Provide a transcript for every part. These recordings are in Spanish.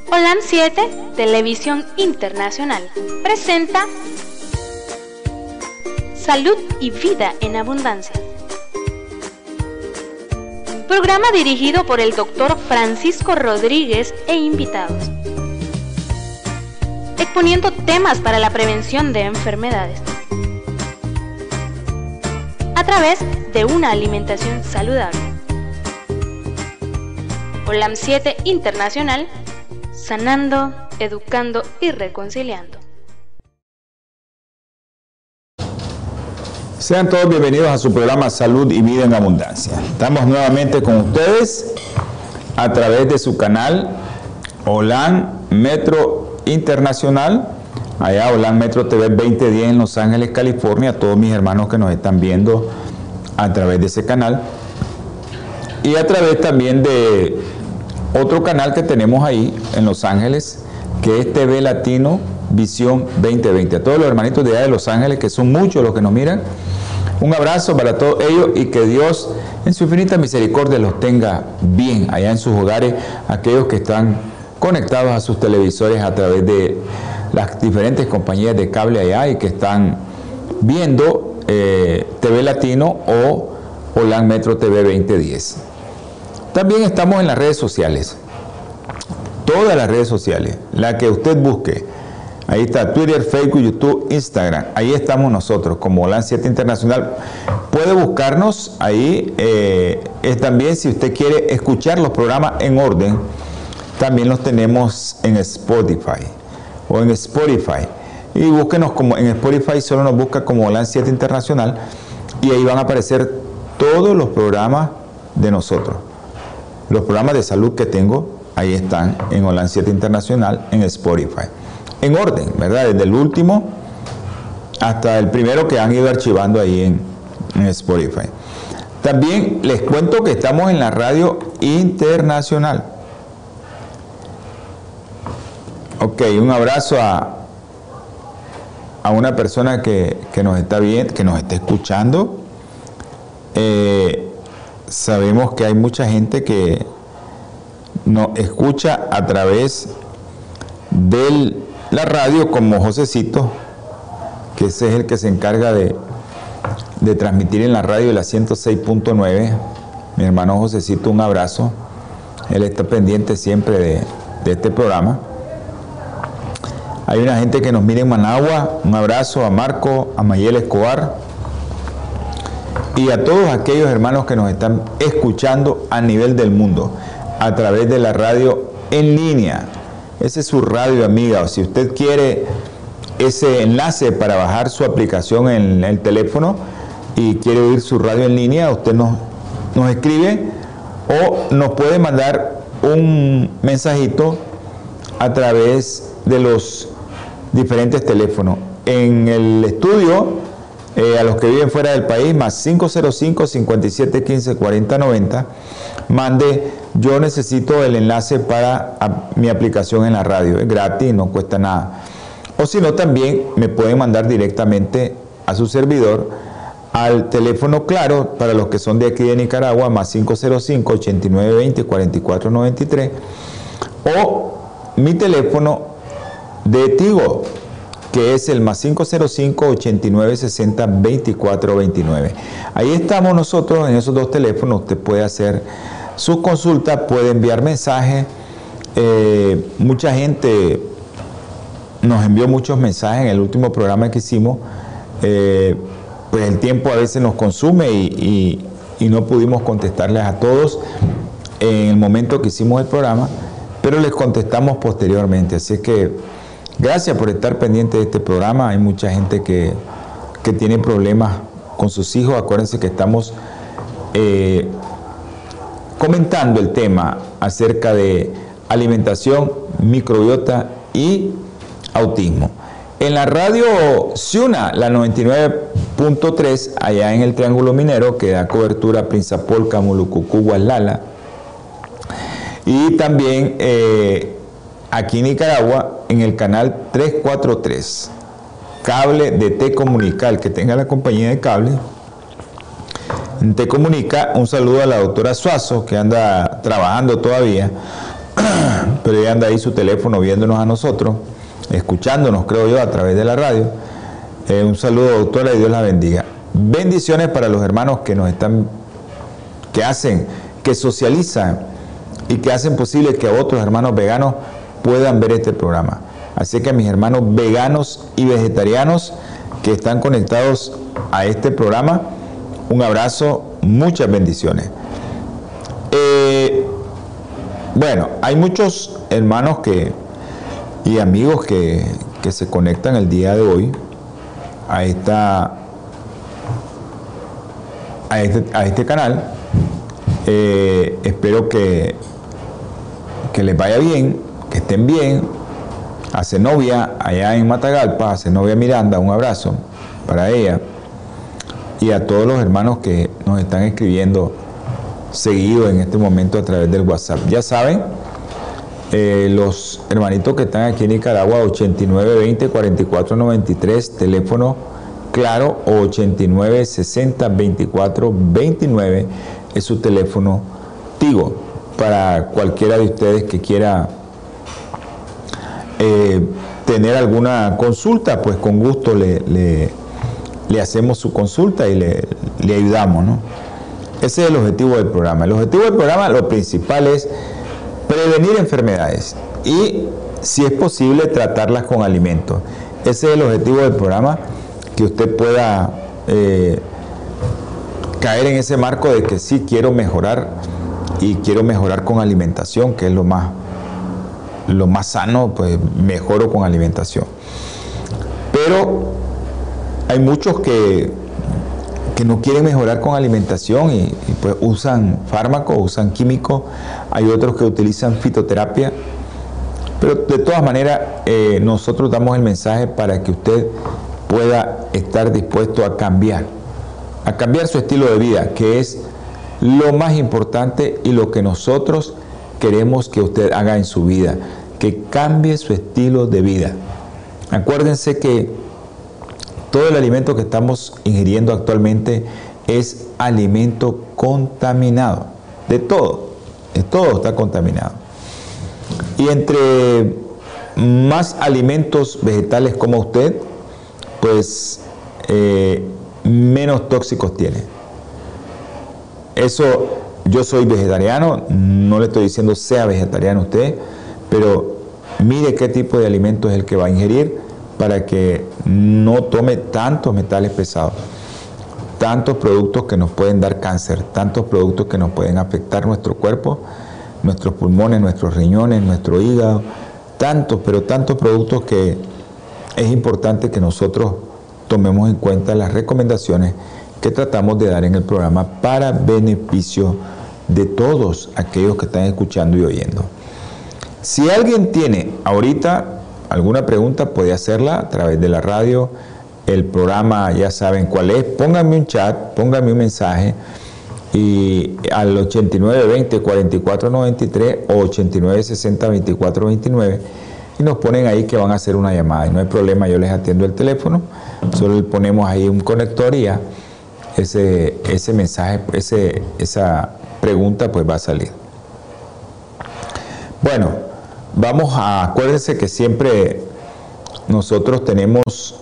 Holan 7, Televisión Internacional, presenta Salud y Vida en Abundancia. Programa dirigido por el Dr. Francisco Rodríguez e invitados, exponiendo temas para la prevención de enfermedades a través de una alimentación saludable. Holan 7 Internacional, sanando, educando y reconciliando. Sean todos bienvenidos a su programa Salud y Vida en Abundancia. Estamos nuevamente con ustedes a través de su canal Holan Metro Internacional, allá Holan Metro TV 2010 en Los Ángeles, California, a todos mis hermanos que nos están viendo a través de ese canal y a través también de otro canal que tenemos ahí en Los Ángeles, que es TV Latino Visión 2020. A todos los hermanitos de allá de Los Ángeles, que son muchos los que nos miran, un abrazo para todos ellos y que Dios en su infinita misericordia los tenga bien allá en sus hogares, aquellos que están conectados a sus televisores a través de las diferentes compañías de cable allá y que están viendo TV Latino o Holan Metro TV 2010. También estamos en las redes sociales, todas las redes sociales, la que usted busque. Ahí está Twitter, Facebook, YouTube, Instagram. Ahí estamos nosotros como Holan 7 Internacional. Puede buscarnos ahí. También si usted quiere escuchar los programas en orden, también los tenemos en Spotify o en Spotify. Y búsquenos como en Spotify, solo nos busca como Holan 7 Internacional y ahí van a aparecer todos los programas de nosotros. Los programas de salud que tengo, ahí están en Holan 7 Internacional en Spotify. En orden, ¿verdad? Desde el último hasta el primero que han ido archivando ahí en Spotify. También les cuento que estamos en la radio internacional. Ok, un abrazo a una persona que nos está viendo, que nos está escuchando. Sabemos que hay mucha gente que nos escucha a través de la radio, como Josecito, que ese es el que se encarga de transmitir en la radio de la 106.9. Mi hermano Josecito, un abrazo. Él está pendiente siempre de este programa. Hay una gente que nos mira en Managua. Un abrazo a Marco, a Mayel Escobar y a todos aquellos hermanos que nos están escuchando a nivel del mundo a través de la radio en línea. Esa es su radio amiga. O si usted quiere ese enlace para bajar su aplicación en el teléfono y quiere oír su radio en línea, usted nos escribe o nos puede mandar un mensajito a través de los diferentes teléfonos. En el estudio, a los que viven fuera del país, más 505-5715-4090, mande: yo necesito el enlace para mi aplicación en la radio. Es gratis, no cuesta nada. O si no, también me pueden mandar directamente a su servidor al teléfono Claro, para los que son de aquí de Nicaragua, más 505-8920-4493, o mi teléfono de Tigo, que es el más 505-8960-2429. Ahí estamos nosotros en esos dos teléfonos. Usted puede hacer sus consultas, puede enviar mensajes. Mucha gente nos envió muchos mensajes en el último programa que hicimos. Pues el tiempo a veces nos consume y no pudimos contestarles a todos en el momento que hicimos el programa, pero les contestamos posteriormente. Así es que gracias por estar pendiente de este programa. Hay mucha gente que tiene problemas con sus hijos. Acuérdense que estamos comentando el tema acerca de alimentación, microbiota y autismo. En la radio Ciuna, la 99.3, allá en el Triángulo Minero, que da cobertura a Prinzapolca, Mulucucú, Guaslala. Y también aquí en Nicaragua, en el canal 343, cable de T-Comunica. El que tenga la compañía de cable T-Comunica, un saludo a la doctora Suazo, que anda trabajando todavía pero ella anda ahí su teléfono viéndonos a nosotros, escuchándonos, creo yo, a través de la radio. Un saludo, doctora, y Dios la bendiga. Bendiciones para los hermanos que nos están, que socializan y que hacen posible que otros hermanos veganos puedan ver este programa. Así que a mis hermanos veganos y vegetarianos que están conectados a este programa, un abrazo, muchas bendiciones. Bueno, hay muchos hermanos y amigos que se conectan el día de hoy a este canal. Espero que les vaya bien, que estén bien. A Zenobia, allá en Matagalpa, a Zenobia Miranda, un abrazo para ella. Y a todos los hermanos que nos están escribiendo seguido en este momento a través del WhatsApp. Ya saben, los hermanitos que están aquí en Nicaragua, 8920-4493, teléfono claro, o 8960-2429 es su teléfono Tigo, para cualquiera de ustedes que quiera tener alguna consulta, pues con gusto le hacemos su consulta y le ayudamos, ¿no? Ese es el objetivo del programa. El objetivo del programa, lo principal es prevenir enfermedades y, si es posible, tratarlas con alimentos. Ese es el objetivo del programa, que usted pueda caer en ese marco de que sí quiero mejorar y quiero mejorar con alimentación, que es lo más sano, pues mejoro con alimentación. Pero hay muchos que no quieren mejorar con alimentación y pues usan fármacos, usan químicos. Hay otros que utilizan fitoterapia. Pero de todas maneras, nosotros damos el mensaje para que usted pueda estar dispuesto a cambiar su estilo de vida, que es lo más importante y lo que nosotros queremos que usted haga en su vida, que cambie su estilo de vida. Acuérdense que todo el alimento que estamos ingiriendo actualmente es alimento contaminado. De todo está contaminado. Y entre más alimentos vegetales coma usted, pues menos tóxicos tiene. Eso, yo soy vegetariano, no le estoy diciendo sea vegetariano usted, pero mire qué tipo de alimento es el que va a ingerir para que no tome tantos metales pesados, tantos productos que nos pueden dar cáncer, tantos productos que nos pueden afectar nuestro cuerpo, nuestros pulmones, nuestros riñones, nuestro hígado, tantos productos que es importante que nosotros tomemos en cuenta las recomendaciones que tratamos de dar en el programa para beneficio de todos aquellos que están escuchando y oyendo. Si alguien tiene ahorita alguna pregunta, puede hacerla a través de la radio. El programa ya saben cuál es. Pónganme un chat, pónganme un mensaje y al 8920-4493 o 8960-2429 y nos ponen ahí que van a hacer una llamada. Y no hay problema, yo les atiendo el teléfono. Solo le ponemos ahí un conector y ya ese mensaje, esa pregunta pues va a salir. Bueno, acuérdense que siempre nosotros tenemos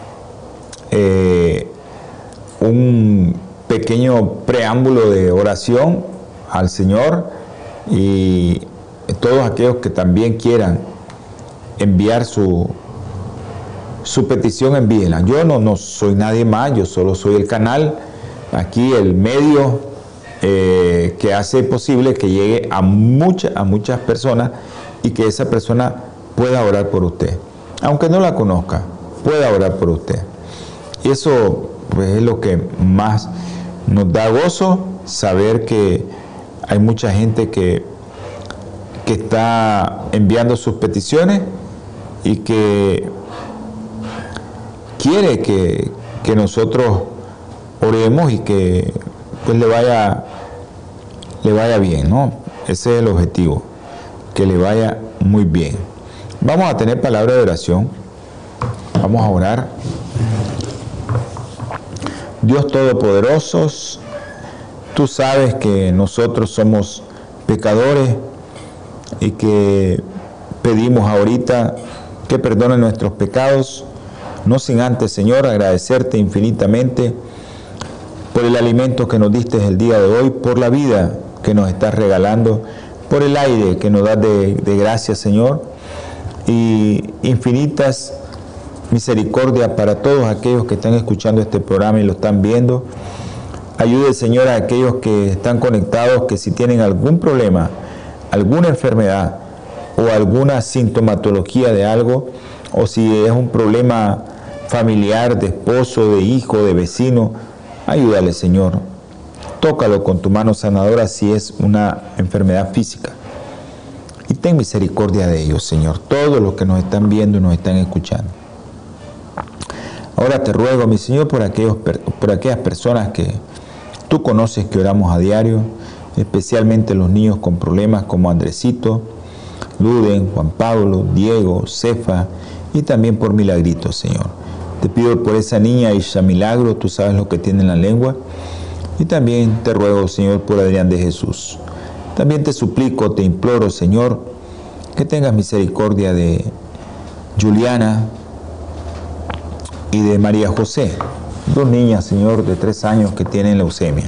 un pequeño preámbulo de oración al Señor, y todos aquellos que también quieran enviar su petición, envíenla. Yo no soy nadie más, yo solo soy el canal, aquí el medio que hace posible que llegue a muchas personas y que esa persona pueda orar por usted. Aunque no la conozca, pueda orar por usted. Y eso pues es lo que más nos da gozo, saber que hay mucha gente que está enviando sus peticiones y que quiere que nosotros oremos y que pues le vaya bien, ¿no? Ese es el objetivo, que le vaya muy bien. Vamos a tener palabra de oración. Vamos a orar. Dios Todopoderoso, tú sabes que nosotros somos pecadores y que pedimos ahorita que perdone nuestros pecados, no sin antes, Señor, agradecerte infinitamente por el alimento que nos diste el día de hoy, por la vida que nos estás regalando, por el aire que nos das de gracia, Señor, y infinitas misericordias para todos aquellos que están escuchando este programa y lo están viendo. Ayude, Señor, a aquellos que están conectados, que si tienen algún problema, alguna enfermedad o alguna sintomatología de algo, o si es un problema familiar, de esposo, de hijo, de vecino, ayúdale, Señor. Tócalo con tu mano sanadora si es una enfermedad física. Y ten misericordia de ellos, Señor, todos los que nos están viendo y nos están escuchando. Ahora te ruego, mi Señor, por aquellas personas que tú conoces, que oramos a diario, especialmente los niños con problemas como Andresito, Luden, Juan Pablo, Diego, Cefa, y también por Milagrito, Señor. Te pido por esa niña Isha Milagro, tú sabes lo que tiene en la lengua. Y también te ruego, Señor, por Adrián de Jesús. También te suplico, te imploro, Señor, que tengas misericordia de Juliana y de María José, dos niñas, Señor, de 3 años que tienen leucemia.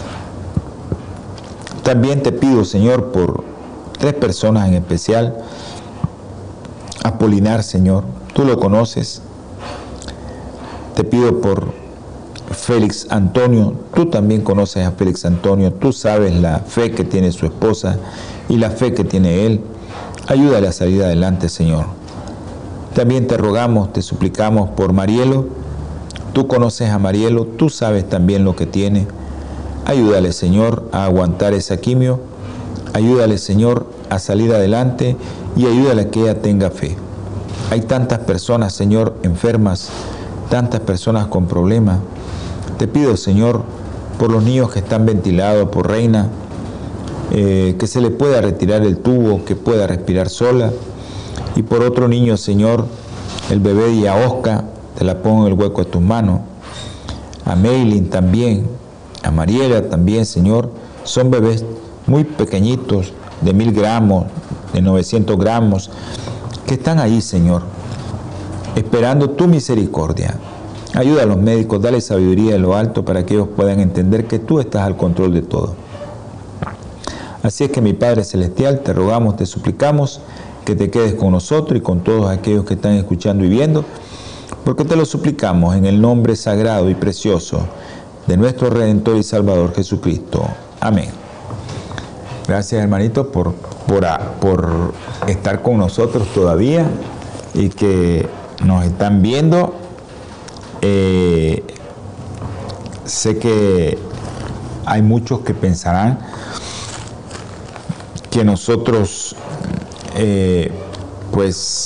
También te pido, Señor, por 3 personas en especial. Apolinar, Señor, tú lo conoces. Te pido por Félix Antonio, tú también conoces a Félix Antonio, tú sabes la fe que tiene su esposa y la fe que tiene él. Ayúdale a salir adelante, Señor. También te rogamos, te suplicamos por Marielo. Tú conoces a Marielo, tú sabes también lo que tiene. Ayúdale, Señor, a aguantar esa quimio. Ayúdale, Señor, a salir adelante y ayúdale a que ella tenga fe. Hay tantas personas, Señor, enfermas, tantas personas con problemas. Te pido, Señor, por los niños que están ventilados, por Reina, que se le pueda retirar el tubo, que pueda respirar sola. Y por otro niño, Señor, el bebé de Yaosca, te la pongo en el hueco de tus manos. A Meilin también, a Mariela también, Señor. Son bebés muy pequeñitos, de 1000 gramos, de 900 gramos, que están ahí, Señor, esperando tu misericordia. Ayuda a los médicos, dale sabiduría de lo alto para que ellos puedan entender que tú estás al control de todo. Así es que, mi Padre Celestial, te rogamos, te suplicamos que te quedes con nosotros y con todos aquellos que están escuchando y viendo, porque te lo suplicamos en el nombre sagrado y precioso de nuestro Redentor y Salvador Jesucristo. Amén. Gracias, hermanito, por estar con nosotros todavía y que nos están viendo. Sé que hay muchos que pensarán que nosotros pues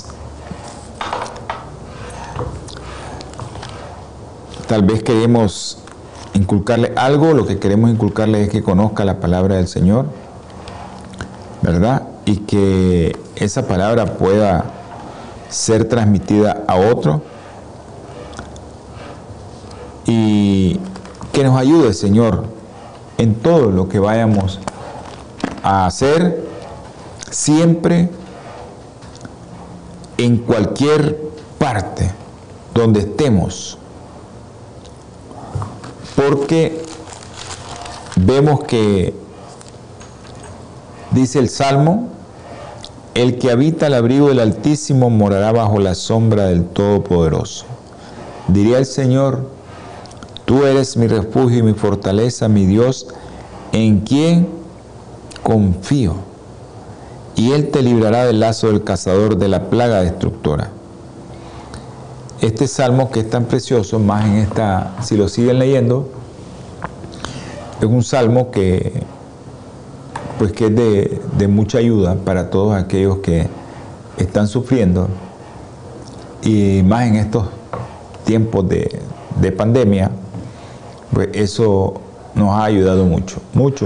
tal vez queremos inculcarle algo. Lo que queremos inculcarle es que conozca la palabra del Señor, ¿verdad? Y que esa palabra pueda ser transmitida a otro y que nos ayude, Señor, en todo lo que vayamos a hacer, siempre, en cualquier parte donde estemos, porque vemos que dice el Salmo: el que habita al abrigo del Altísimo morará bajo la sombra del Todopoderoso. Diría el Señor: tú eres mi refugio y mi fortaleza, mi Dios, en quien confío. Y Él te librará del lazo del cazador, de la plaga destructora. Este salmo, que es tan precioso, más en esta, si lo siguen leyendo, es un salmo que pues que es de mucha ayuda para todos aquellos que están sufriendo, y más en estos tiempos de pandemia, pues eso nos ha ayudado mucho, mucho.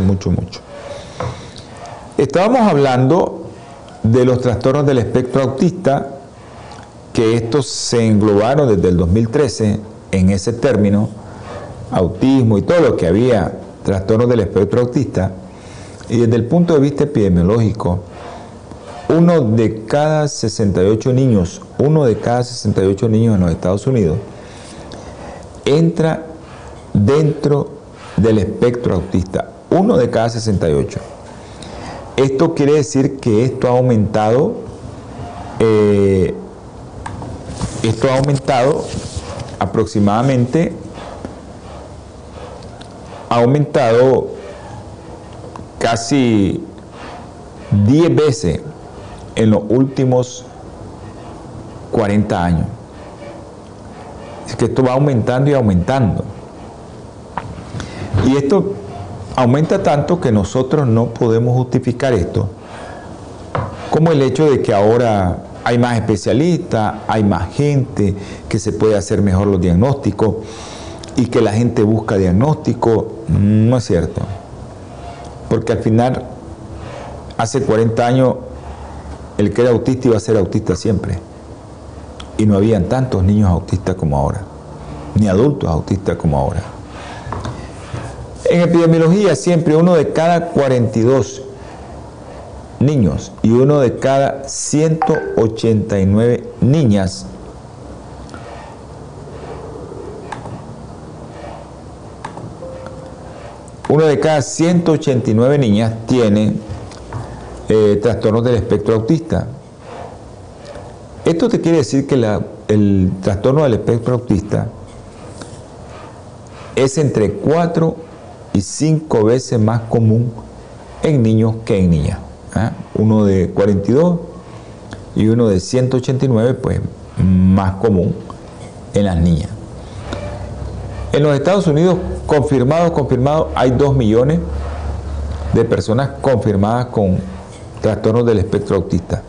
Estábamos hablando de los trastornos del espectro autista, que estos se englobaron desde el 2013 en ese término, autismo y todo lo que había, trastornos del espectro autista. Y desde el punto de vista epidemiológico, uno de cada 68 niños en los Estados Unidos entra dentro del espectro autista. 1 de cada 68. Esto quiere decir que esto ha aumentado aproximadamente, casi 10 veces en los últimos 40 años. Es que esto va aumentando y aumentando. Y esto aumenta tanto que nosotros no podemos justificar esto, como el hecho de que ahora hay más especialistas, hay más gente, que se puede hacer mejor los diagnósticos y que la gente busca diagnóstico. No es cierto. Porque al final, hace 40 años, el que era autista iba a ser autista siempre. Y no habían tantos niños autistas como ahora, ni adultos autistas como ahora. En epidemiología siempre 1 de cada 42 niños y 1 de cada 189 niñas tiene trastornos del espectro autista. Esto te quiere decir que el trastorno del espectro autista es entre 4 y 5 veces más común en niños que en niñas. Uno de 42 y uno de 189, pues más común en las niñas. En los Estados Unidos, confirmado, hay 2 millones de personas confirmadas con trastornos del espectro autista.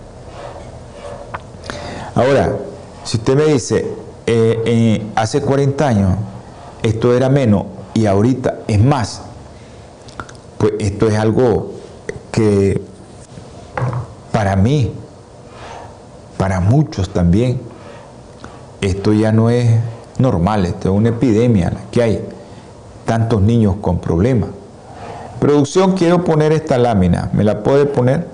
Ahora, si usted me dice, hace 40 años esto era menos y ahorita es más, pues esto es algo que para mí, para muchos también, esto ya no es normal, esto es una epidemia la que hay tantos niños con problemas. Producción, quiero poner esta lámina, ¿me la puede poner?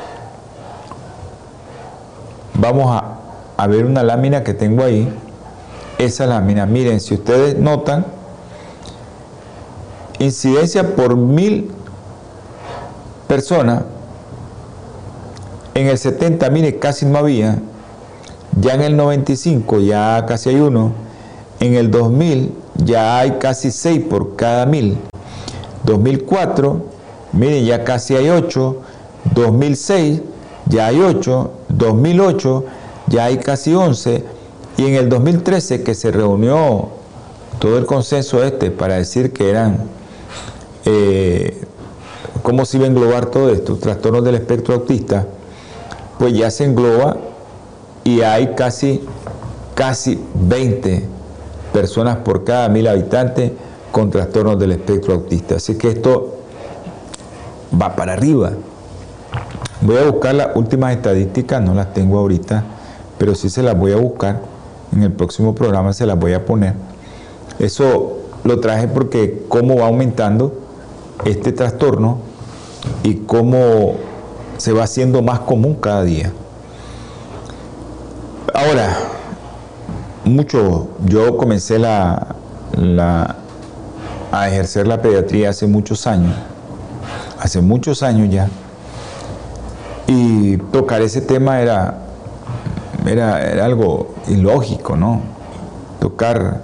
Vamos a ver una lámina que tengo ahí. Esa lámina, miren, si ustedes notan, incidencia por 1000 personas. En el 70, mire, casi no había. Ya en el 95 ya casi hay uno. En el 2000 ya hay casi 6 por cada 1000. 2004, miren, ya casi hay 8. 2006 ya hay 8. 2008 ya hay casi 11. Y en el 2013, que se reunió todo el consenso para decir que eran, cómo se iba a englobar todo esto, trastornos del espectro autista, pues ya se engloba y hay casi 20 personas por cada 1000 habitantes con trastornos del espectro autista. Así que esto va para arriba. Voy a buscar las últimas estadísticas, no las tengo ahorita, pero sí se las voy a buscar. En el próximo programa se las voy a poner. Eso lo traje porque cómo va aumentando este trastorno y cómo se va haciendo más común cada día. Ahora, yo comencé a ejercer la pediatría hace muchos años ya, y tocar ese tema era algo ilógico, ¿no? Tocar,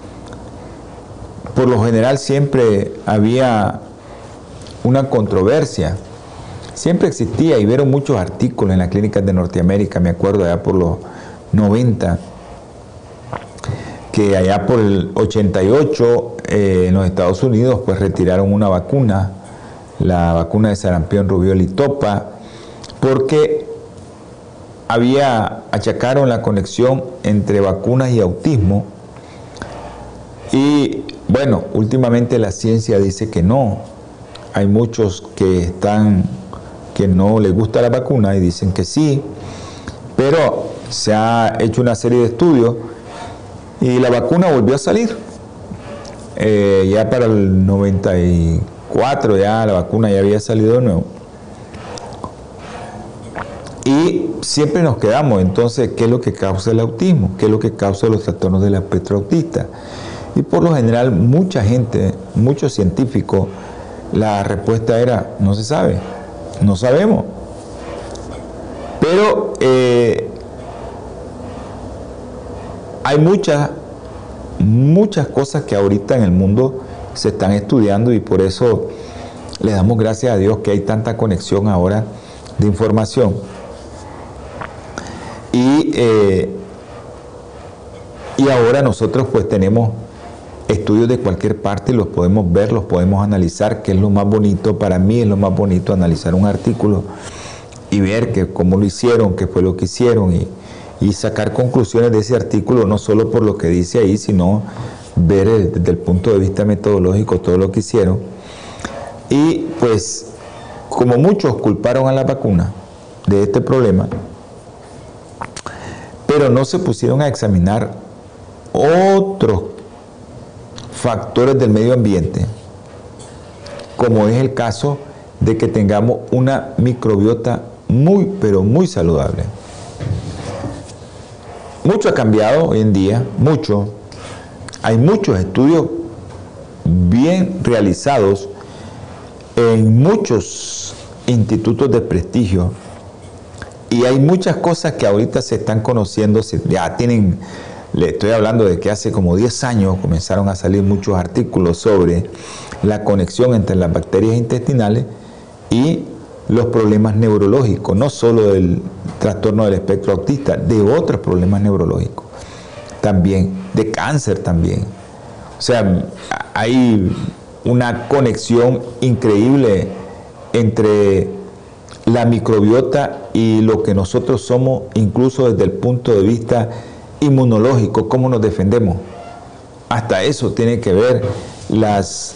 por lo general siempre había una controversia, siempre existía, y vieron muchos artículos en las clínicas de Norteamérica, me acuerdo allá por los 90, que allá por el 88 en los Estados Unidos pues retiraron una vacuna, la vacuna de sarampión, rubiola y topa, porque achacaron la conexión entre vacunas y autismo. Y bueno, últimamente la ciencia dice que no. Hay muchos que no les gusta la vacuna y dicen que sí, pero se ha hecho una serie de estudios y la vacuna volvió a salir. Ya para el 94 ya la vacuna ya había salido de nuevo. Y siempre nos quedamos, entonces, ¿qué es lo que causa el autismo? ¿Qué es lo que causa los trastornos del espectro autista? Y por lo general, mucha gente, muchos científicos, la respuesta era, no se sabe, no sabemos. Pero hay muchas cosas que ahorita en el mundo se están estudiando y por eso le damos gracias a Dios que hay tanta conexión ahora de información. Y ahora nosotros pues tenemos estudios de cualquier parte y los podemos ver, los podemos analizar, que es lo más bonito. Para mí es lo más bonito analizar un artículo y ver cómo lo hicieron, qué fue lo que hicieron y sacar conclusiones de ese artículo, no solo por lo que dice ahí, sino ver desde el punto de vista metodológico todo lo que hicieron. Y pues como muchos culparon a la vacuna de este problema, pero no se pusieron a examinar otros factores del medio ambiente, como es el caso de que tengamos una microbiota muy, pero muy saludable. Mucho ha cambiado hoy en día, mucho. Hay muchos estudios bien realizados en muchos institutos de prestigio y hay muchas cosas que ahorita se están conociendo, ya tienen, le estoy hablando de que hace como 10 años comenzaron a salir muchos artículos sobre la conexión entre las bacterias intestinales y los problemas neurológicos, no solo del trastorno del espectro autista, de otros problemas neurológicos también, de cáncer también. O sea, hay una conexión increíble entre la microbiota y lo que nosotros somos, incluso desde el punto de vista inmunológico, cómo nos defendemos. Hasta eso tiene que ver las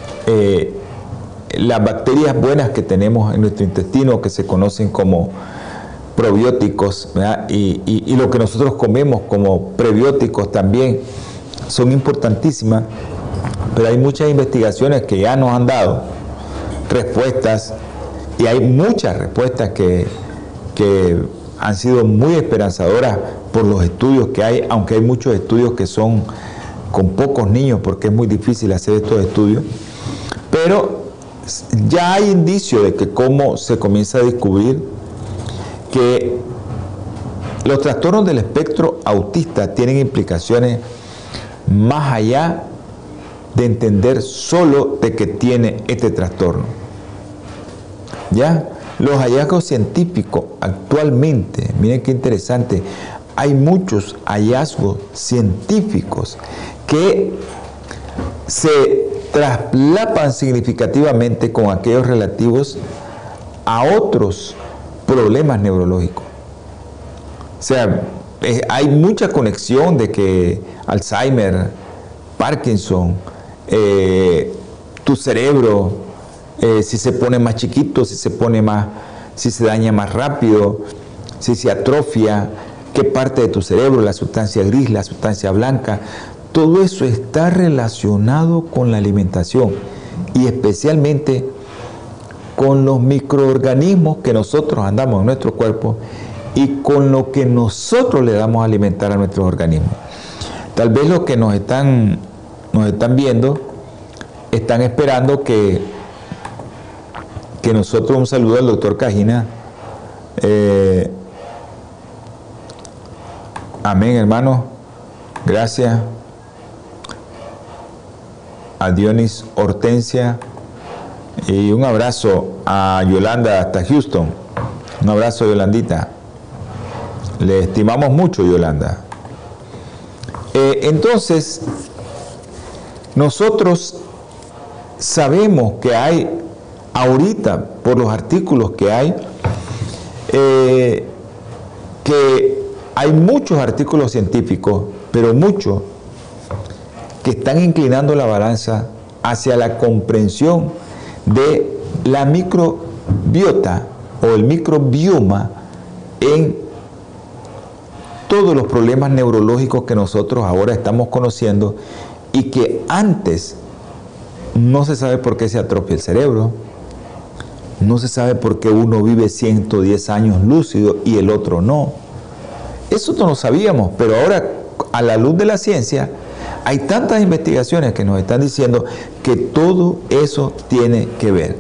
bacterias buenas que tenemos en nuestro intestino, que se conocen como probióticos, ¿verdad? Y lo que nosotros comemos como prebióticos también son importantísimas, pero hay muchas investigaciones que ya nos han dado respuestas y hay muchas respuestas que han sido muy esperanzadoras por los estudios que hay, aunque hay muchos estudios que son con pocos niños porque es muy difícil hacer estos estudios, pero ya hay indicios de que cómo se comienza a descubrir que los trastornos del espectro autista tienen implicaciones más allá de entender solo de que tiene este trastorno. ¿Ya? Los hallazgos científicos actualmente, miren qué interesante, hay muchos hallazgos científicos que se traslapan significativamente con aquellos relativos a otros problemas neurológicos. O sea, hay mucha conexión de que Alzheimer, Parkinson, tu cerebro, si se pone más chiquito, si se daña más rápido, si se atrofia, qué parte de tu cerebro, la sustancia gris, la sustancia blanca, todo eso está relacionado con la alimentación y especialmente con los microorganismos que nosotros andamos en nuestro cuerpo y con lo que nosotros le damos a alimentar a nuestros organismos. Tal vez los que nos están viendo están esperando que nosotros, un saludo al doctor Cajina, amén, hermano, gracias. A Dionis Hortensia y un abrazo a Yolanda hasta Houston. Un abrazo, Yolandita. Le estimamos mucho, Yolanda. Entonces, nosotros sabemos que hay ahorita, por los artículos que hay muchos artículos científicos, pero muchos, que están inclinando la balanza hacia la comprensión de la microbiota o el microbioma en todos los problemas neurológicos que nosotros ahora estamos conociendo y que antes no se sabe por qué se atrofia el cerebro, No se sabe por qué uno vive 110 años lúcido y el otro no. Eso no lo sabíamos, pero ahora, a la luz de la ciencia, hay tantas investigaciones que nos están diciendo que todo eso tiene que ver.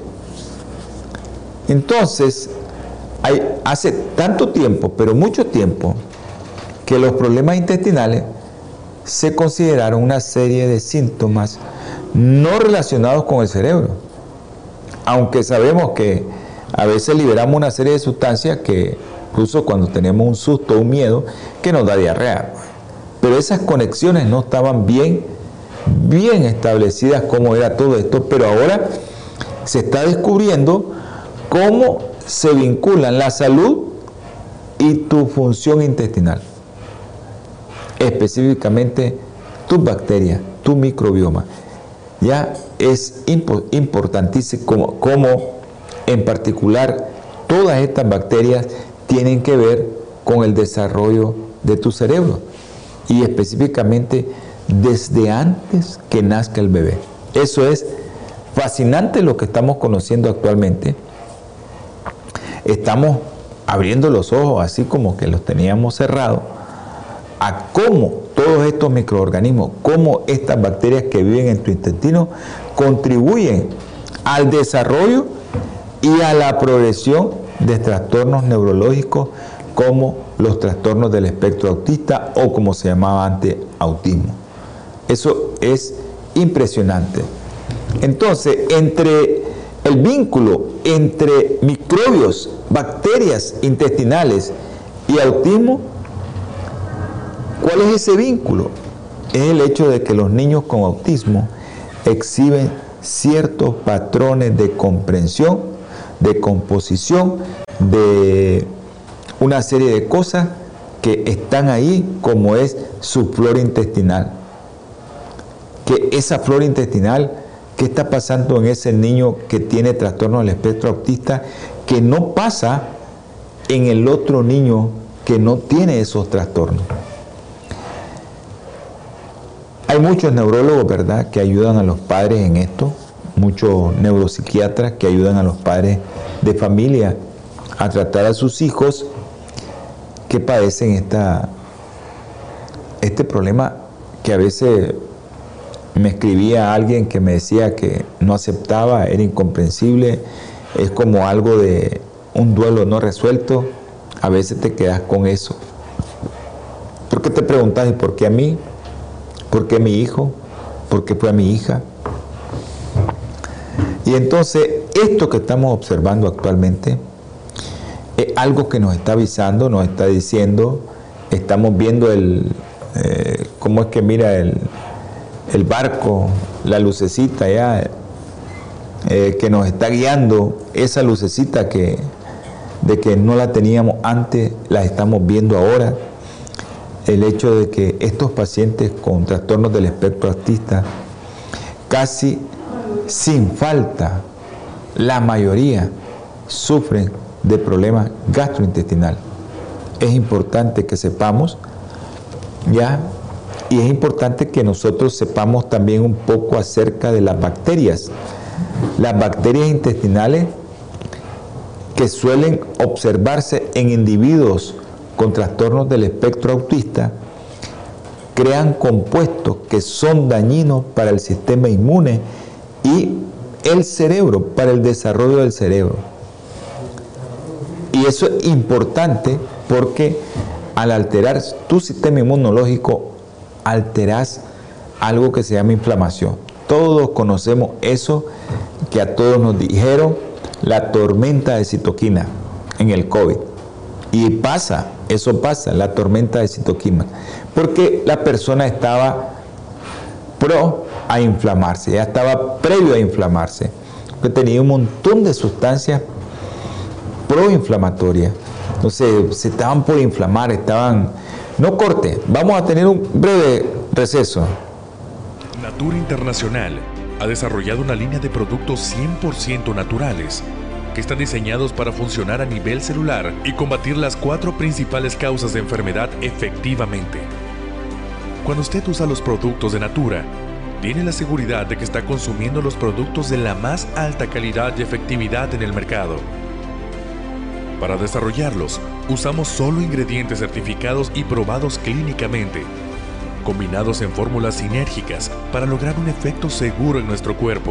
Entonces, hace tanto tiempo, pero mucho tiempo, que los problemas intestinales se consideraron una serie de síntomas no relacionados con el cerebro. Aunque sabemos que a veces liberamos una serie de sustancias que, incluso cuando tenemos un susto o un miedo, que nos da diarrea. Pero esas conexiones no estaban bien establecidas cómo era todo esto, pero ahora se está descubriendo cómo se vinculan la salud y tu función intestinal. Específicamente tus bacterias, tu microbioma. Ya es importantísimo cómo en particular todas estas bacterias tienen que ver con el desarrollo de tu cerebro y específicamente desde antes que nazca el bebé. Eso es fascinante lo que estamos conociendo actualmente. Estamos abriendo los ojos así como que los teníamos cerrados a cómo todos estos microorganismos, cómo estas bacterias que viven en tu intestino contribuyen al desarrollo y a la progresión de trastornos neurológicos como los trastornos del espectro autista o como se llamaba antes autismo. Eso es impresionante. Entonces, entre el vínculo entre microbios, bacterias intestinales y autismo, ¿cuál es ese vínculo? Es el hecho de que los niños con autismo exhiben ciertos patrones de comprensión, de composición, de una serie de cosas que están ahí, como es su flora intestinal. Que esa flora intestinal, ¿qué está pasando en ese niño que tiene trastorno del espectro autista que no pasa en el otro niño que no tiene esos trastornos? Hay muchos neurólogos, ¿verdad?, que ayudan a los padres en esto, muchos neuropsiquiatras que ayudan a los padres de familia a tratar a sus hijos que padecen este problema, que a veces me escribía alguien que me decía que no aceptaba, era incomprensible, es como algo de un duelo no resuelto. A veces te quedas con eso. ¿Por qué te preguntas, ¿y por qué a mí? ¿Por qué a mi hijo? ¿Por qué fue a mi hija? Y entonces, esto que estamos observando actualmente es algo que nos está avisando, nos está diciendo, estamos viendo cómo es que mira el barco, la lucecita ya, que nos está guiando, esa lucecita de que no la teníamos antes, la estamos viendo ahora. El hecho de que estos pacientes con trastornos del espectro autista, casi sin falta, la mayoría sufren de problemas gastrointestinales. Es importante que sepamos, ya, y es importante que nosotros sepamos también un poco acerca de las bacterias. Las bacterias intestinales que suelen observarse en individuos con trastornos del espectro autista crean compuestos que son dañinos para el sistema inmune y el cerebro, para el desarrollo del cerebro. Y eso es importante porque al alterar tu sistema inmunológico, alteras algo que se llama inflamación. Todos conocemos eso que a todos nos dijeron, la tormenta de citoquina en el COVID. Y pasa, eso pasa, la tormenta de citoquina, porque la persona estaba a inflamarse, ya estaba previo a inflamarse, porque tenía un montón de sustancias proinflamatorias. Entonces, se estaban por inflamar, no corte, vamos a tener un breve receso. Natura Internacional ha desarrollado una línea de productos 100% naturales que están diseñados para funcionar a nivel celular y combatir las 4 principales causas de enfermedad efectivamente. Cuando usted usa los productos de Natura, tiene la seguridad de que está consumiendo los productos de la más alta calidad y efectividad en el mercado. Para desarrollarlos, usamos solo ingredientes certificados y probados clínicamente, combinados en fórmulas sinérgicas para lograr un efecto seguro en nuestro cuerpo.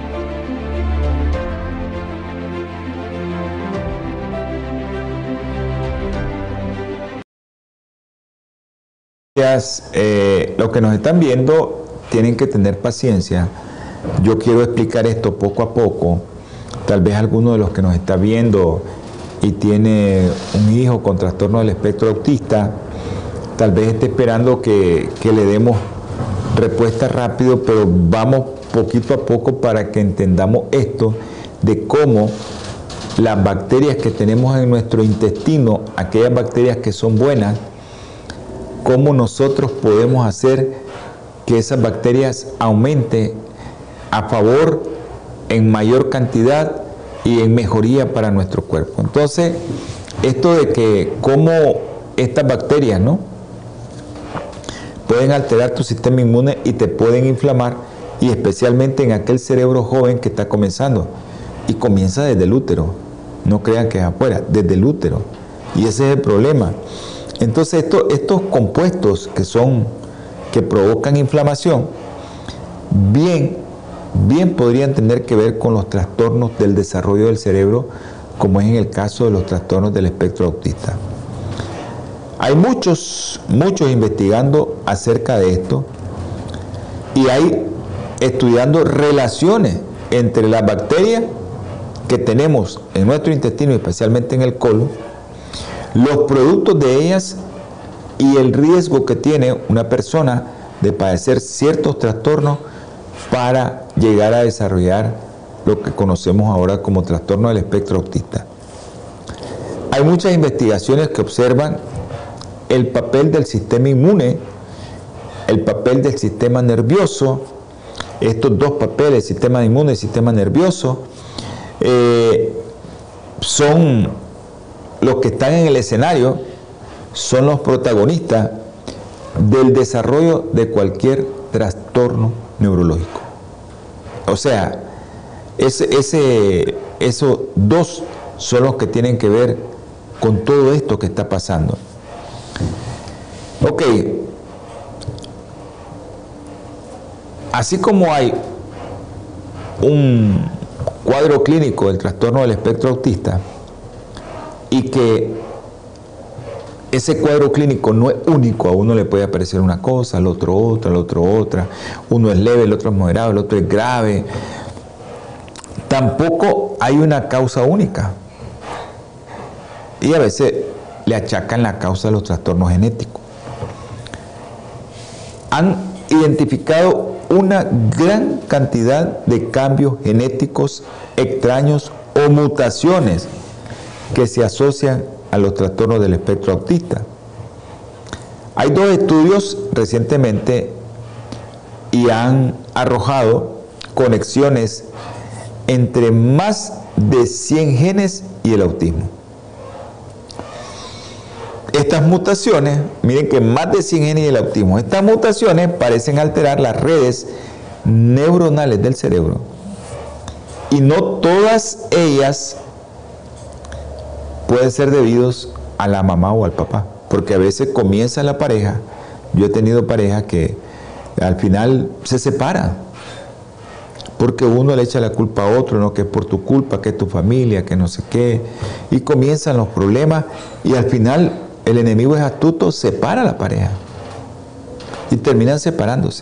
Los que nos están viendo tienen que tener paciencia. Yo quiero explicar esto poco a poco. Tal vez alguno de los que nos está viendo y tiene un hijo con trastorno del espectro autista, tal vez esté esperando que le demos respuesta rápido, pero vamos poquito a poco para que entendamos esto de cómo las bacterias que tenemos en nuestro intestino, aquellas bacterias que son buenas, cómo nosotros podemos hacer que esas bacterias aumenten a favor en mayor cantidad y en mejoría para nuestro cuerpo. Entonces, esto de que cómo estas bacterias, ¿no?, pueden alterar tu sistema inmune y te pueden inflamar, y especialmente en aquel cerebro joven que está comenzando, y comienza desde el útero. No crean que es afuera, desde el útero. Y ese es el problema. Entonces, estos compuestos que provocan inflamación, bien podrían tener que ver con los trastornos del desarrollo del cerebro, como es en el caso de los trastornos del espectro autista. Hay muchos investigando acerca de esto, y hay estudiando relaciones entre las bacterias que tenemos en nuestro intestino, especialmente en el colon, los productos de ellas y el riesgo que tiene una persona de padecer ciertos trastornos para llegar a desarrollar lo que conocemos ahora como trastorno del espectro autista. Hay muchas investigaciones que observan el papel del sistema inmune, el papel del sistema nervioso. Estos dos papeles, sistema inmune y sistema nervioso, son los que están en el escenario, son los protagonistas del desarrollo de cualquier trastorno neurológico. O sea, esos dos son los que tienen que ver con todo esto que está pasando. Ok, así como hay un cuadro clínico del trastorno del espectro autista, y que ese cuadro clínico no es único, a uno le puede aparecer una cosa, al otro otra, al otro otra, uno es leve, el otro es moderado, el otro es grave. Tampoco hay una causa única, y a veces le achacan la causa de los trastornos genéticos. Han identificado una gran cantidad de cambios genéticos extraños o mutaciones que se asocian a los trastornos del espectro autista. Hay dos estudios recientemente y han arrojado conexiones entre más de 100 genes y el autismo. Estas mutaciones, miren que más de 100 genes y el autismo, estas mutaciones parecen alterar las redes neuronales del cerebro, y no todas ellas pueden ser debidos a la mamá o al papá, porque a veces comienza la pareja. Yo he tenido parejas que al final se separan, porque uno le echa la culpa a otro, no, que es por tu culpa, que es tu familia, que no sé qué, y comienzan los problemas, y al final el enemigo es astuto, separa a la pareja, y terminan separándose.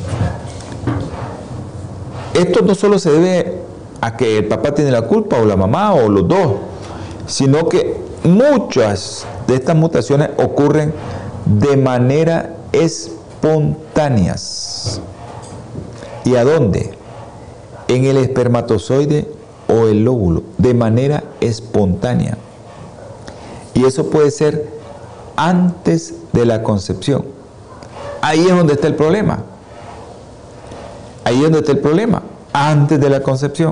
Esto no solo se debe a que el papá tiene la culpa, o la mamá, o los dos, sino que muchas de estas mutaciones ocurren de manera espontáneas. ¿Y a dónde? En el espermatozoide o el óvulo, de manera espontánea. Y eso puede ser antes de la concepción. Ahí es donde está el problema. Ahí es donde está el problema, antes de la concepción.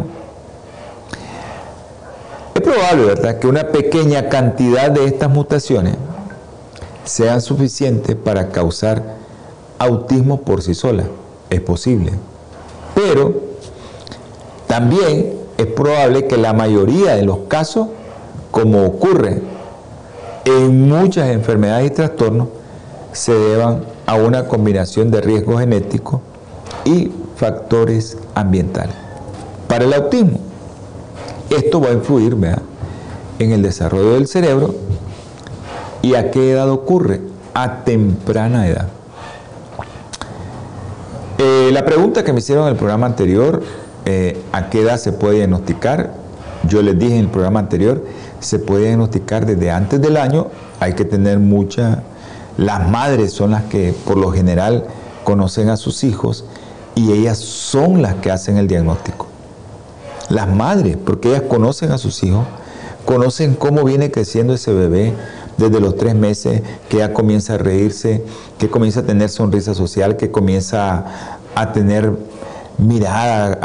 Es probable, ¿verdad?, que una pequeña cantidad de estas mutaciones sean suficientes para causar autismo por sí sola. es posible. Pero también es probable que la mayoría de los casos, como ocurre en muchas enfermedades y trastornos, se deban a una combinación de riesgo genético y factores ambientales. Para el autismo, esto va a influir, ¿verdad?, en el desarrollo del cerebro. ¿Y a qué edad ocurre? A temprana edad. La pregunta que me hicieron en el programa anterior, ¿a qué edad se puede diagnosticar? Yo les dije en el programa anterior, se puede diagnosticar desde antes del año. Hay que tener las madres son las que por lo general conocen a sus hijos y ellas son las que hacen el diagnóstico. Las madres, porque ellas conocen a sus hijos, conocen cómo viene creciendo ese bebé desde los 3 meses, que ya comienza a reírse, que comienza a tener sonrisa social, que comienza a tener mirada,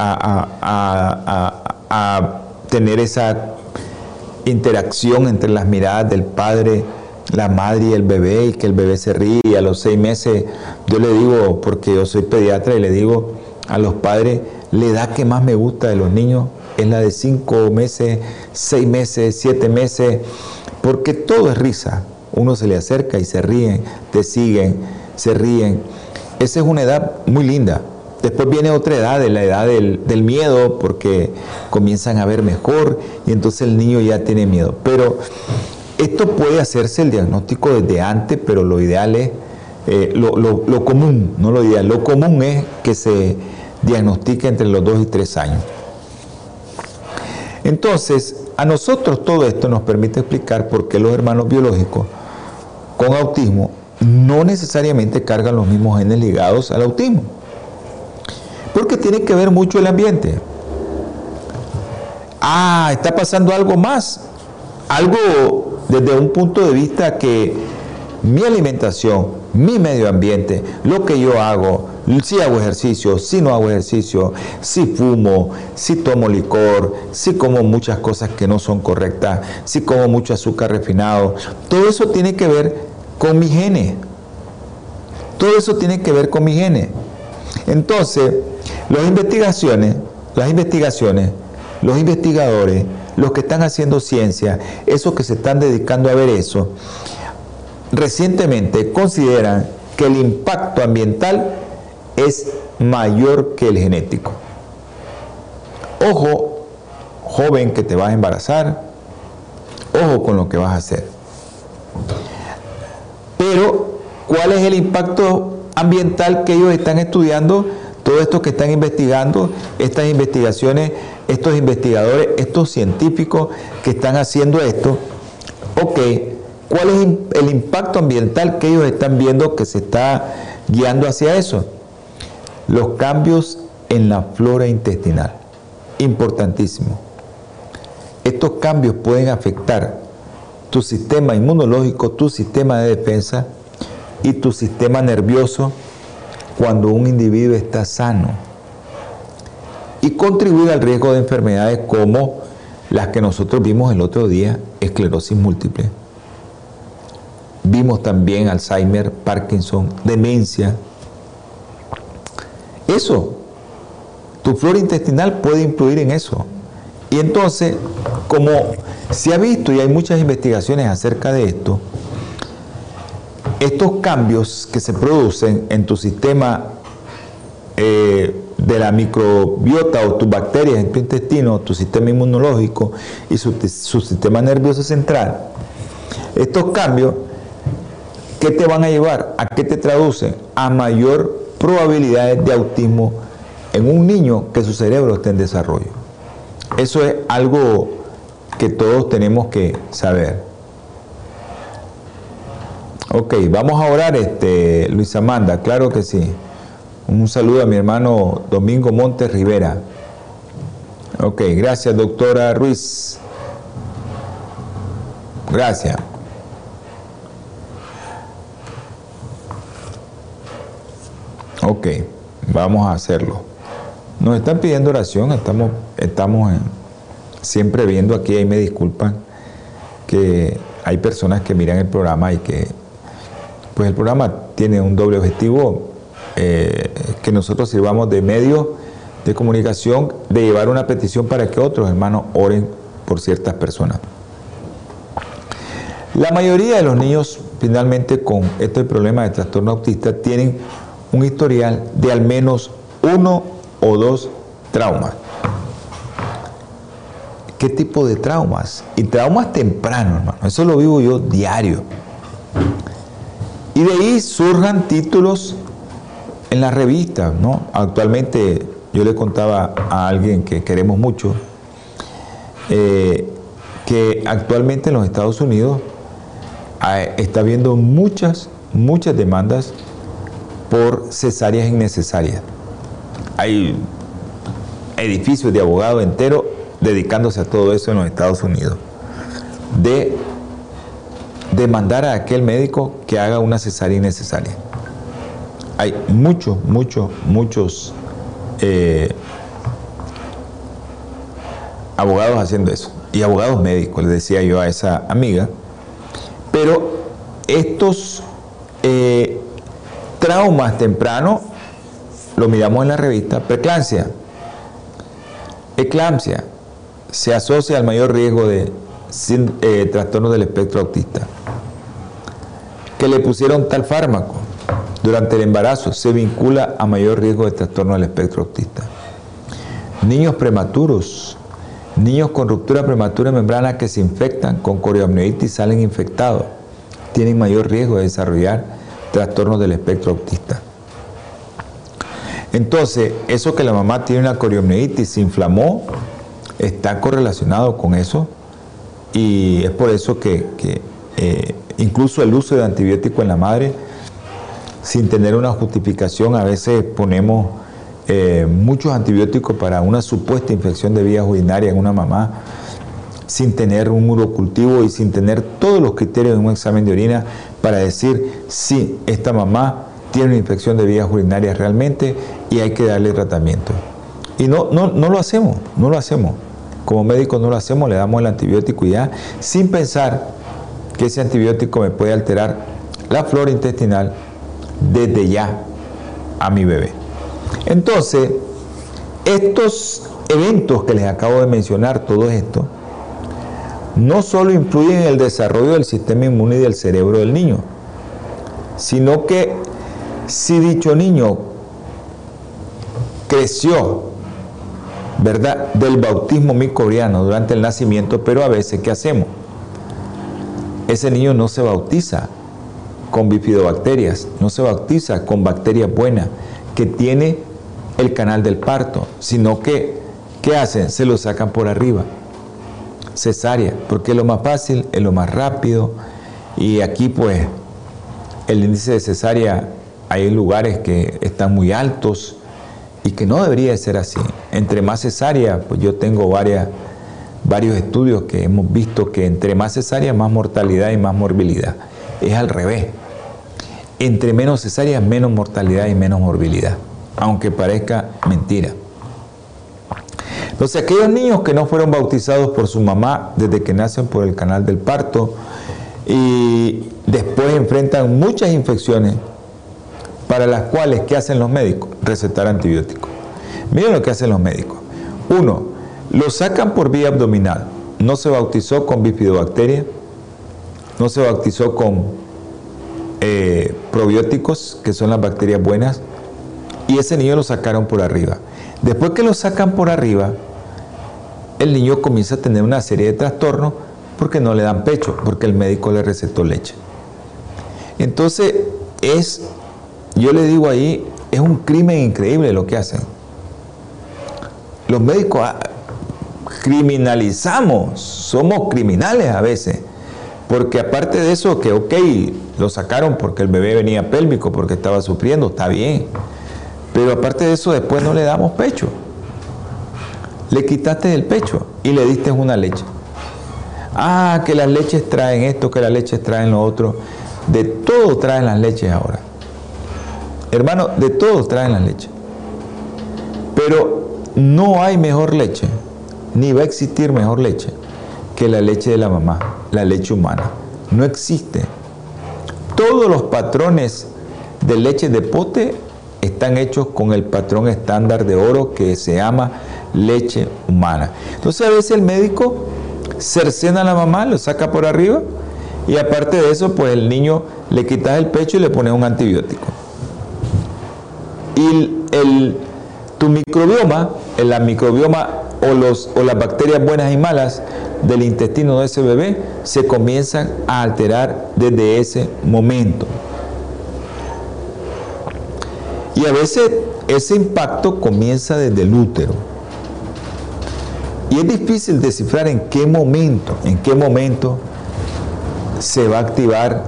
a tener esa interacción entre las miradas del padre, la madre y el bebé, y que el bebé se ríe. Y a los 6 meses, yo le digo, porque yo soy pediatra, y le digo a los padres, la edad que más me gusta de los niños es la de 5 meses, 6 meses, 7 meses, porque todo es risa. Uno se le acerca y se ríen, te siguen, se ríen. Esa es una edad muy linda. Después viene otra edad, la edad del miedo, porque comienzan a ver mejor y entonces el niño ya tiene miedo. Pero esto puede hacerse el diagnóstico desde antes, pero lo ideal es, lo común, no lo ideal, lo común es que se diagnostique entre los 2 y 3 años. Entonces, a nosotros todo esto nos permite explicar por qué los hermanos biológicos con autismo no necesariamente cargan los mismos genes ligados al autismo. Porque tiene que ver mucho el ambiente. Está pasando algo más. Algo desde un punto de vista que mi alimentación, mi medio ambiente, lo que yo hago, si hago ejercicio, si no hago ejercicio, si fumo, si tomo licor, si como muchas cosas que no son correctas, si como mucho azúcar refinado, todo eso tiene que ver con mi genes. Todo eso tiene que ver con mi genes. Entonces, las investigaciones, los investigadores, los que están haciendo ciencia, esos que se están dedicando a ver eso, recientemente consideran que el impacto ambiental es mayor que el genético. Ojo, joven, que te vas a embarazar, ojo con lo que vas a hacer. Pero, ¿cuál es el impacto ambiental que ellos están estudiando? Todo esto que están investigando, estas investigaciones, estos investigadores, estos científicos que están haciendo esto, ¿cuál es el impacto ambiental que ellos están viendo que se está guiando hacia eso? Los cambios en la flora intestinal, importantísimo. Estos cambios pueden afectar tu sistema inmunológico, tu sistema de defensa y tu sistema nervioso cuando un individuo está sano, y contribuir al riesgo de enfermedades como las que nosotros vimos el otro día, esclerosis múltiple. Vimos también Alzheimer, Parkinson, demencia. Eso, tu flora intestinal puede influir en eso. Y entonces, como se ha visto y hay muchas investigaciones acerca de esto, estos cambios que se producen en tu sistema de la microbiota o tus bacterias en tu intestino, tu sistema inmunológico y su sistema nervioso central, estos cambios, ¿qué te van a llevar? ¿A qué te traducen? A mayor probabilidades de autismo en un niño que su cerebro esté en desarrollo. Eso es algo que todos tenemos que saber. Ok, vamos a orar, Luis Amanda, claro que sí. Un saludo a mi hermano Domingo Montes Rivera. Ok, gracias, doctora Ruiz. Gracias. Ok, vamos a hacerlo. Nos están pidiendo oración, estamos siempre viendo aquí, ahí me disculpan, que hay personas que miran el programa y que pues el programa tiene un doble objetivo, que nosotros sirvamos de medio de comunicación, de llevar una petición para que otros hermanos oren por ciertas personas. La mayoría de los niños finalmente con este problema de trastorno autista tienen un historial de al menos 1 o 2 traumas. ¿Qué tipo de traumas? Y traumas tempranos, hermano. Eso lo vivo yo diario. Y de ahí surjan títulos en las revistas, ¿no? Actualmente yo le contaba a alguien que queremos mucho que actualmente en los Estados Unidos está habiendo muchas demandas por cesáreas innecesarias. Hay edificios de abogados enteros dedicándose a todo eso en los Estados Unidos, de demandar a aquel médico que haga una cesárea innecesaria. Hay muchos abogados haciendo eso, y abogados médicos, le decía yo a esa amiga. Pero estos traumas tempranos, lo miramos en la revista, preeclampsia. Eclampsia se asocia al mayor riesgo de trastornos del espectro autista. Que le pusieron tal fármaco durante el embarazo se vincula a mayor riesgo de trastorno del espectro autista. Niños prematuros, niños con ruptura prematura de membrana que se infectan con corioamnionitis y salen infectados, tienen mayor riesgo de desarrollar trastornos del espectro autista. Entonces, eso que la mamá tiene una corioamnionitis, se inflamó, está correlacionado con eso, y es por eso que incluso el uso de antibiótico en la madre, sin tener una justificación, a veces ponemos muchos antibióticos para una supuesta infección de vías urinarias en una mamá, sin tener un urocultivo y sin tener todos los criterios de un examen de orina para decir si esta mamá tiene una infección de vías urinarias realmente y hay que darle tratamiento. Y no lo hacemos. Como médicos no lo hacemos, le damos el antibiótico y ya, sin pensar que ese antibiótico me puede alterar la flora intestinal desde ya a mi bebé. Entonces, estos eventos que les acabo de mencionar, todo esto, no solo influyen en el desarrollo del sistema inmune y del cerebro del niño, sino que si dicho niño creció, ¿verdad?, del bautismo microbiano durante el nacimiento, pero a veces, ¿qué hacemos? Ese niño no se bautiza con bifidobacterias, no se bautiza con bacterias buenas que tiene el canal del parto, sino que, ¿qué hacen? Se lo sacan por arriba, cesárea, porque es lo más fácil, es lo más rápido, y aquí pues el índice de cesárea, hay lugares que están muy altos y que no debería de ser así. Entre más cesárea, pues yo tengo varios estudios que hemos visto que entre más cesárea, más mortalidad y más morbilidad. Es al revés. Entre menos cesárea, menos mortalidad y menos morbilidad, aunque parezca mentira. Entonces, aquellos niños que no fueron bautizados por su mamá desde que nacen por el canal del parto y después enfrentan muchas infecciones para las cuales, ¿qué hacen los médicos? Recetar antibióticos. Miren lo que hacen los médicos. Uno, lo sacan por vía abdominal. No se bautizó con bifidobacteria, no se bautizó con probióticos, que son las bacterias buenas, y ese niño lo sacaron por arriba. Después que lo sacan por arriba, el niño comienza a tener una serie de trastornos porque no le dan pecho, porque el médico le recetó leche. Entonces, yo le digo ahí, es un crimen increíble lo que hacen. Los médicos criminalizamos, somos criminales a veces, porque aparte de eso, que ok, lo sacaron porque el bebé venía pélvico, porque estaba sufriendo, está bien, pero aparte de eso, después no le damos pecho. Le quitaste el pecho y le diste una leche. Ah, que las leches traen esto, que las leches traen lo otro. De todo traen las leches ahora. Hermano, de todo traen las leches. Pero no hay mejor leche, ni va a existir mejor leche que la leche de la mamá, la leche humana. No existe. Todos los patrones de leche de pote están hechos con el patrón estándar de oro que se llama leche humana. Entonces a veces el médico cercena a la mamá, lo saca por arriba y aparte de eso, pues el niño le quitas el pecho y le pones un antibiótico. Y tu microbioma, la microbioma o las bacterias buenas y malas del intestino de ese bebé se comienzan a alterar desde ese momento. Y a veces ese impacto comienza desde el útero. Y es difícil descifrar en qué momento se va a activar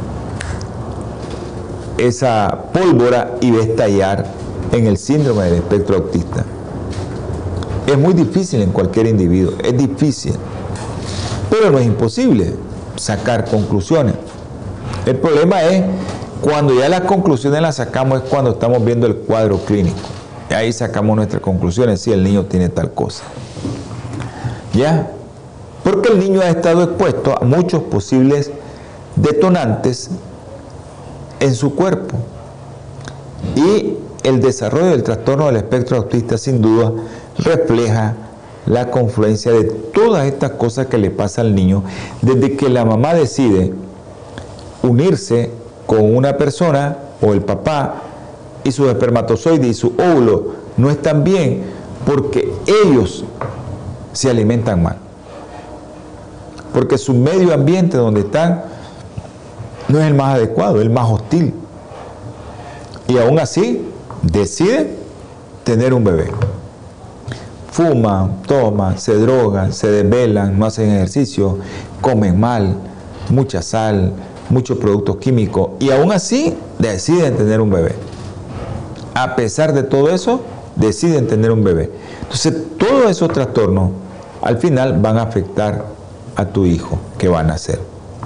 esa pólvora y va a estallar en el síndrome del espectro autista. Es muy difícil en cualquier individuo, es difícil, pero no es imposible sacar conclusiones. El problema es cuando ya las conclusiones las sacamos, es cuando estamos viendo el cuadro clínico. Y ahí sacamos nuestras conclusiones, si el niño tiene tal cosa. ¿Ya? Porque el niño ha estado expuesto a muchos posibles detonantes en su cuerpo. Y el desarrollo del trastorno del espectro autista sin duda refleja la confluencia de todas estas cosas que le pasa al niño desde que la mamá decide unirse con una persona o el papá y sus espermatozoides y su óvulo no están bien porque ellos se alimentan mal. Porque su medio ambiente donde están no es el más adecuado, es el más hostil. Y aún así decide tener un bebé. Fuman, toman, se drogan, se desvelan, no hacen ejercicio, comen mal, mucha sal, muchos productos químicos y aún así deciden tener un bebé. A pesar de todo eso, deciden tener un bebé. Entonces, todos esos trastornos al final van a afectar a tu hijo que va a nacer.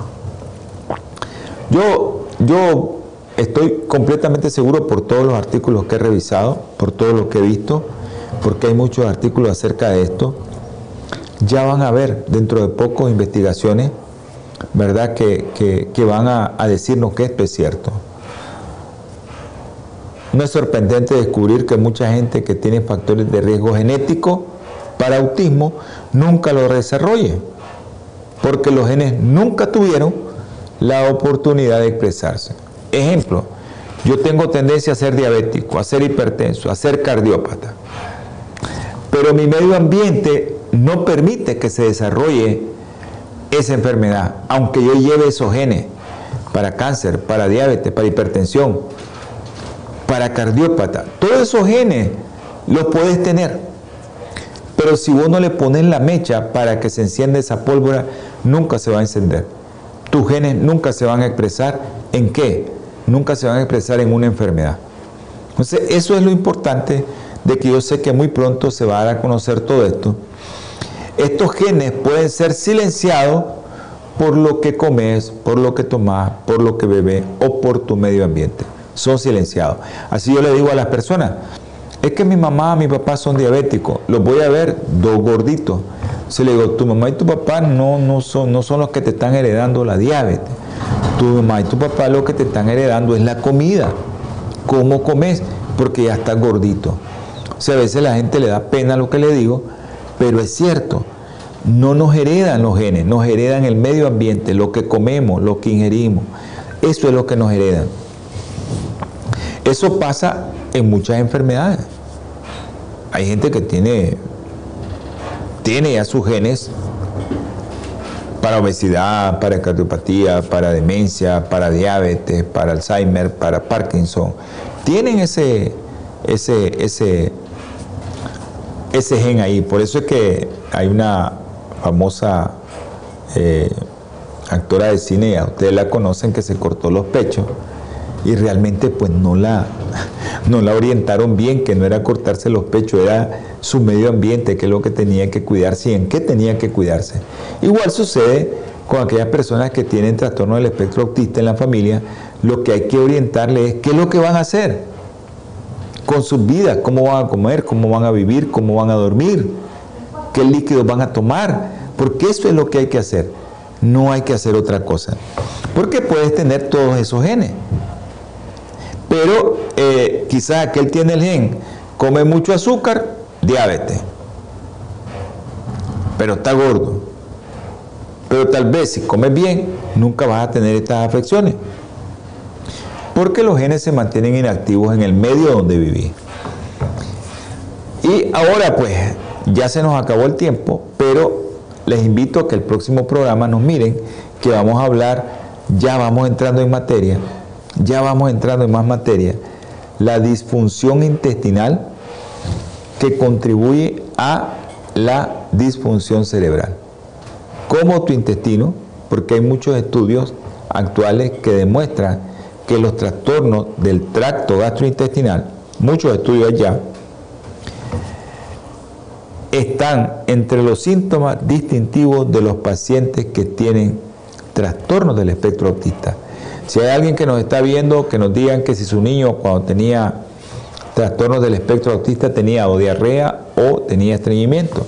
Yo estoy completamente seguro por todos los artículos que he revisado, por todo lo que he visto, porque hay muchos artículos acerca de esto. Ya van a ver dentro de poco investigaciones, ¿verdad?, que van a decirnos que esto es cierto. No es sorprendente descubrir que mucha gente que tiene factores de riesgo genético para autismo nunca lo desarrolle, porque los genes nunca tuvieron la oportunidad de expresarse. Ejemplo, yo tengo tendencia a ser diabético, a ser hipertenso, a ser cardiópata, pero mi medio ambiente no permite que se desarrolle esa enfermedad, aunque yo lleve esos genes para cáncer, para diabetes, para hipertensión, para cardiópata. Todos esos genes los puedes tener, pero si vos no le pones la mecha para que se encienda esa pólvora, nunca se va a encender. Tus genes nunca se van a expresar ¿en qué? Nunca se van a expresar en una enfermedad. Entonces, eso es lo importante de que yo sé que muy pronto se va a dar a conocer todo esto. Estos genes pueden ser silenciados por lo que comes, por lo que tomas, por lo que bebes o por tu medio ambiente. Son silenciados. Así yo le digo a las personas, es que mi mamá, mi papá son diabéticos, los voy a ver dos gorditos. Se le digo, tu mamá y tu papá no son los que te están heredando la diabetes. Tu mamá y tu papá lo que te están heredando es la comida. ¿Cómo comes? Porque ya estás gordito. O sea, a veces la gente le da pena lo que le digo, pero es cierto. No nos heredan los genes, nos heredan el medio ambiente, lo que comemos, lo que ingerimos. Eso es lo que nos heredan. Eso pasa en muchas enfermedades. Hay gente que tiene ya sus genes para obesidad, para cardiopatía, para demencia, para diabetes, para Alzheimer, para Parkinson. Tienen ese gen ahí. Por eso es que hay una famosa actora de cine, ya ustedes la conocen, que se cortó los pechos y realmente pues no la orientaron bien, que no era cortarse los pechos, era su medio ambiente, que es lo que tenía que cuidarse y en qué tenía que cuidarse. Igual sucede con aquellas personas que tienen trastorno del espectro autista en la familia. Lo que hay que orientarles es qué es lo que van a hacer con sus vidas, cómo van a comer, cómo van a vivir, cómo van a dormir, qué líquidos van a tomar, porque eso es lo que hay que hacer. No hay que hacer otra cosa, porque puedes tener todos esos genes, Pero quizás aquel tiene el gen, come mucho azúcar, diabetes, pero está gordo. Pero tal vez si comes bien, nunca vas a tener estas afecciones, porque los genes se mantienen inactivos en el medio donde vivís. Y ahora pues ya se nos acabó el tiempo, pero les invito a que el próximo programa nos miren, que vamos a hablar, ya vamos entrando en materia, ya vamos entrando en más materia, la disfunción intestinal que contribuye a la disfunción cerebral. Cómo tu intestino, porque hay muchos estudios actuales que demuestran que los trastornos del tracto gastrointestinal, muchos estudios ya, están entre los síntomas distintivos de los pacientes que tienen trastornos del espectro autista. Si hay alguien que nos está viendo, que nos digan que si su niño cuando tenía trastornos del espectro autista tenía o diarrea o tenía estreñimiento.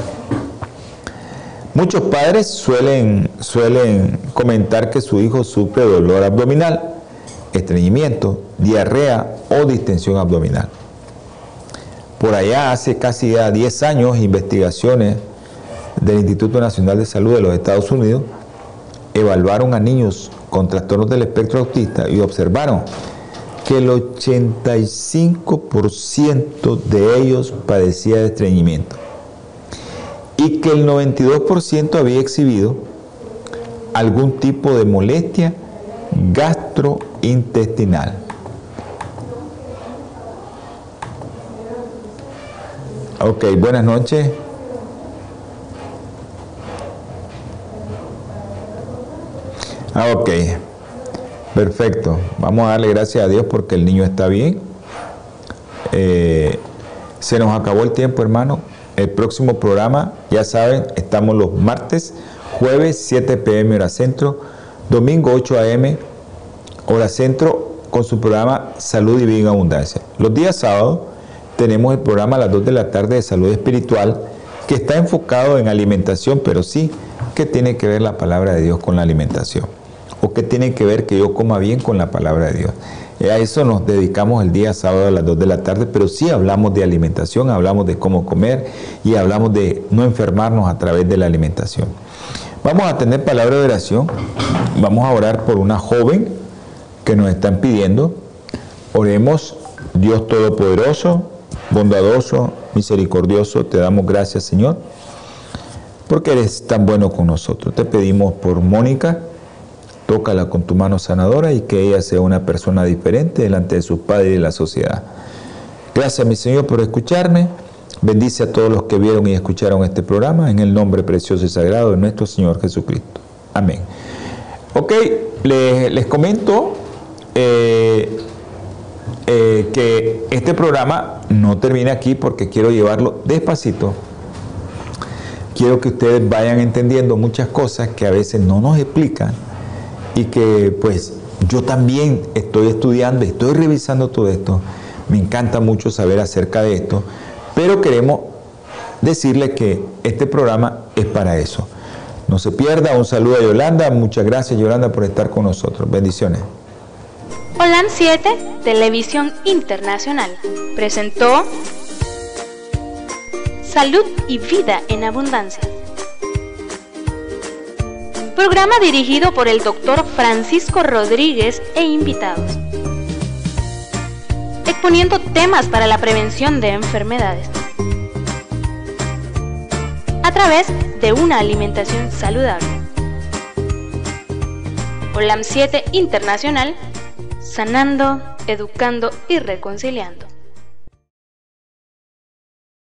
Muchos padres suelen comentar que su hijo sufre dolor abdominal, estreñimiento, diarrea o distensión abdominal. Por allá, hace casi 10 años, investigaciones del Instituto Nacional de Salud de los Estados Unidos evaluaron a niños con trastornos del espectro autista y observaron que el 85% de ellos padecía de estreñimiento y que el 92% había exhibido algún tipo de molestia gastrointestinal. Ok, buenas noches. Ok, perfecto. Vamos a darle gracias a Dios porque el niño está bien. Se nos acabó el tiempo, hermano. El próximo programa, ya saben, estamos los martes, jueves 7 p.m. hora centro, domingo 8 a.m. hora centro, con su programa Salud y Vida en Abundancia. Los días sábados tenemos el programa a las 2 de la tarde de Salud Espiritual, que está enfocado en alimentación, pero sí, ¿qué tiene que ver la palabra de Dios con la alimentación? ¿O qué tiene que ver que yo coma bien con la palabra de Dios? A eso nos dedicamos el día sábado a las 2 de la tarde, pero sí hablamos de alimentación, hablamos de cómo comer y hablamos de no enfermarnos a través de la alimentación. Vamos a tener palabra de oración, vamos a orar por una joven que nos están pidiendo. Oremos. Dios Todopoderoso, bondadoso, misericordioso, te damos gracias, Señor, porque eres tan bueno con nosotros. Te pedimos por Mónica, tócala con tu mano sanadora y que ella sea una persona diferente delante de sus padres y de la sociedad. Gracias, mi Señor, por escucharme. Bendice a todos los que vieron y escucharon este programa en el nombre precioso y sagrado de nuestro Señor Jesucristo. Amén. Ok, les comento que este programa no termina aquí porque quiero llevarlo despacito. Quiero que ustedes vayan entendiendo muchas cosas que a veces no nos explican y que pues yo también estoy estudiando, estoy revisando todo esto. Me encanta mucho saber acerca de esto, pero queremos decirles que este programa es para eso. No se pierda. Un saludo a Yolanda. Muchas gracias, Yolanda, por estar con nosotros. Bendiciones. Holan 7, Televisión Internacional, presentó Salud y Vida en Abundancia. Programa dirigido por el Dr. Francisco Rodríguez e invitados, exponiendo temas para la prevención de enfermedades a través de una alimentación saludable. Holan 7 Internacional, sanando, educando y reconciliando.